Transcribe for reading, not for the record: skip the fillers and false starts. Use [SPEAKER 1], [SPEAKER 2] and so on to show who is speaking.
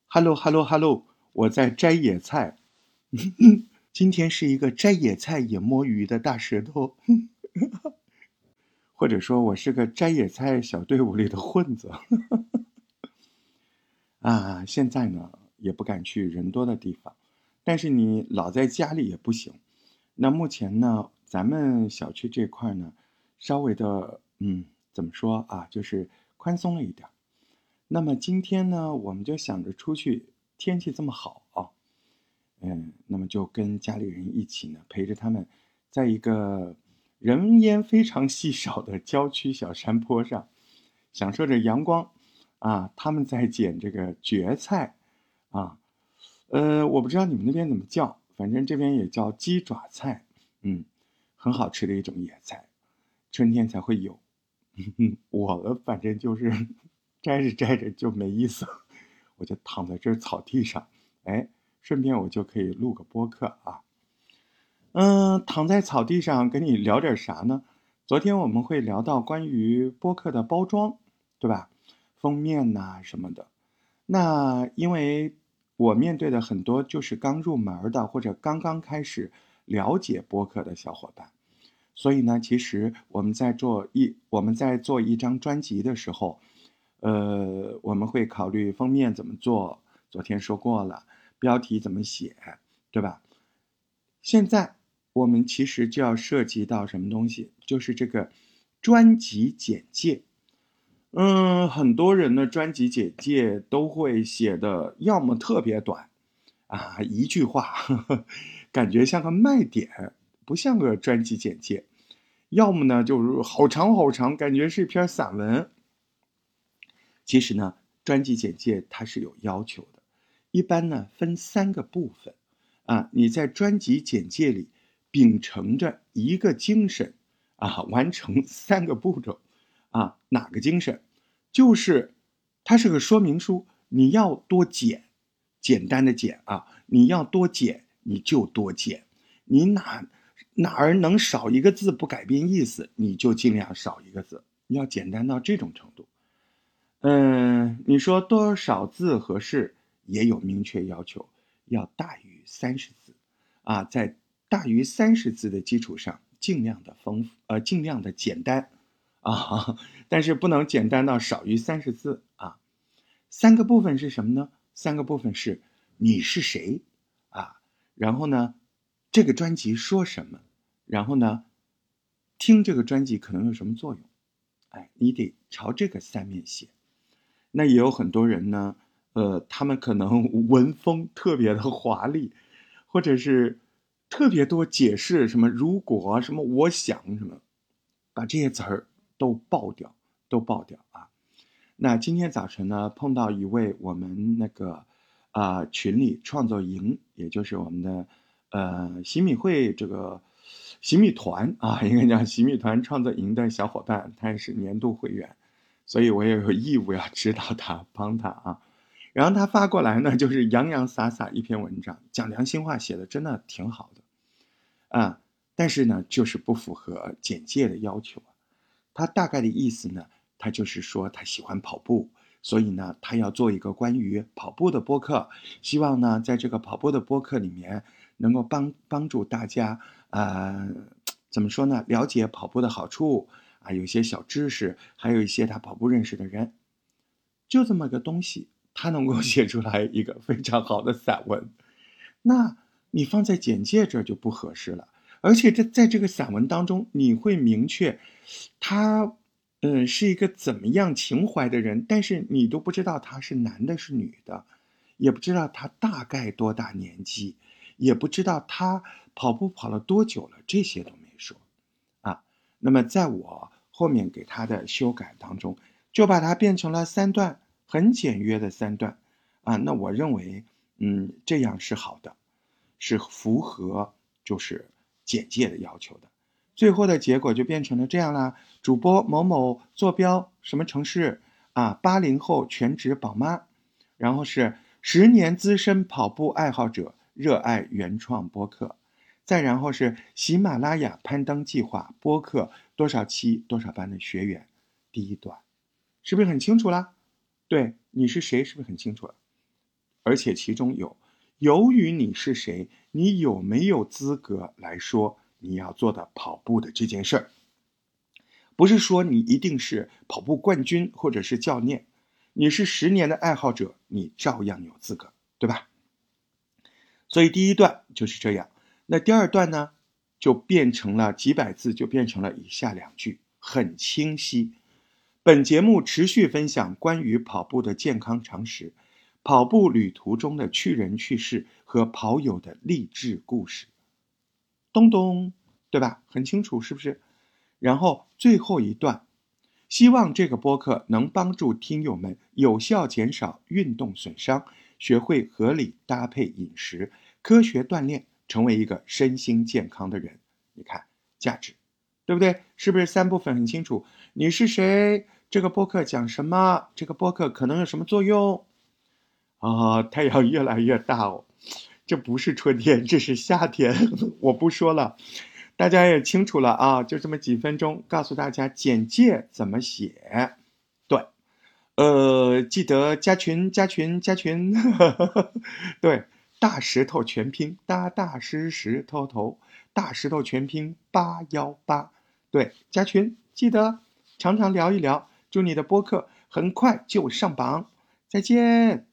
[SPEAKER 1] Hello Hello Hello，我在摘野菜。今天是一个摘野菜也摸鱼的大舌头，或者说我是个摘野菜小队伍里的混子。啊，现在呢也不敢去人多的地方，但是你老在家里也不行。那目前呢，咱们小区这块呢，稍微的怎么说啊，就是宽松了一点。那么今天呢，我们就想着出去，天气这么好啊。那么就跟家里人一起呢，陪着他们，在一个人烟非常稀少的郊区小山坡上，享受着阳光啊。他们在捡这个蕨菜啊，我不知道你们那边怎么叫，反正这边也叫鸡爪菜，嗯，很好吃的一种野菜，春天才会有。我反正就是摘着摘着就没意思，我就躺在这草地上，哎，顺便我就可以录个播客啊。躺在草地上跟你聊点啥呢？昨天我们会聊到关于播客的包装，对吧？封面呐、什么的。那因为我面对的很多就是刚入门的或者刚刚开始了解播客的小伙伴，所以呢，其实我们在做一张专辑的时候，我们会考虑封面怎么做，昨天说过了，标题怎么写，对吧？现在我们其实就要涉及到什么东西，就是这个专辑简介。很多人的专辑简介都会写的要么特别短啊，一句话，呵呵，感觉像个卖点，不像个专辑简介；要么呢就是好长好长，感觉是一篇散文。其实呢，专辑简介它是有要求的，一般呢分3个部分啊。你在专辑简介里秉承着一个精神啊，完成3个步骤啊。哪个精神？就是它是个说明书，你要多剪，简单的剪啊，你要多剪你就多剪，你哪儿能少一个字不改变意思，你就尽量少一个字，要简单到这种程度。你说多少字合适，也有明确要求，要大于30字，啊，在大于30字的基础上，尽量的丰富，尽量的简单，啊，但是不能简单到少于30字啊。3个部分是什么呢？3个部分是你是谁啊，然后呢，这个专辑说什么，然后呢，听这个专辑可能有什么作用，哎，你得朝这个3面写。那也有很多人呢，他们可能文风特别的华丽，或者是特别多解释什么如果什么我想什么，把这些词儿都爆掉，都爆掉啊。那今天早晨呢，碰到一位我们那个群里创作营，也就是我们的洗米会这个洗米团啊，应该讲洗米团创作营的小伙伴，他也是年度会员，所以我也有义务要指导他，帮他啊。然后他发过来呢，就是洋洋洒洒一篇文章，讲良心话，写的真的挺好的啊，但是呢，就是不符合简介的要求啊。他大概的意思呢，他就是说他喜欢跑步，所以呢，他要做一个关于跑步的播客，希望呢，在这个跑步的播客里面，能够帮助大家，怎么说呢，了解跑步的好处啊，有些小知识，还有一些他跑步认识的人，就这么个东西，他能够写出来一个非常好的散文，那你放在简介这就不合适了。而且在这个散文当中，你会明确他，是一个怎么样情怀的人，但是你都不知道他是男的是女的，也不知道他大概多大年纪，也不知道他跑步跑了多久了，这些都没说啊。那么在我后面给他的修改当中，就把它变成了3段，很简约的3段啊。那我认为，这样是好的，是符合就是简介的要求的。最后的结果就变成了这样啦：主播某某坐标什么城市啊，80后全职宝妈，然后是10年资深跑步爱好者，热爱原创播客，再然后是喜马拉雅攀登计划播客多少期多少班的学员。第1段是不是很清楚啦？对，你是谁是不是很清楚了？ 而且其中由于你是谁，你有没有资格来说你要做的跑步的这件事儿。不是说你一定是跑步冠军或者是教练，你是10年的爱好者，你照样有资格，对吧？所以第一段就是这样。那第二段呢，就变成了几百字，就变成了以下2句，很清晰。本节目持续分享关于跑步的健康常识，跑步旅途中的趣人趣事和跑友的励志故事。咚咚，对吧？很清楚，是不是？然后最后一段，希望这个播客能帮助听友们有效减少运动损伤，学会合理搭配饮食，科学锻炼，成为一个身心健康的人。你看，价值，对不对？是不是3部分很清楚？你是谁？这个播客讲什么？这个播客可能有什么作用？太阳越来越大哦，这不是春天，这是夏天。我不说了。大家也清楚了啊，就这么几分钟，告诉大家简介怎么写。对，记得加群。对，大石头全拼大石头头，大石头全拼818。对，加群，记得常常聊一聊，祝你的播客很快就上榜。再见。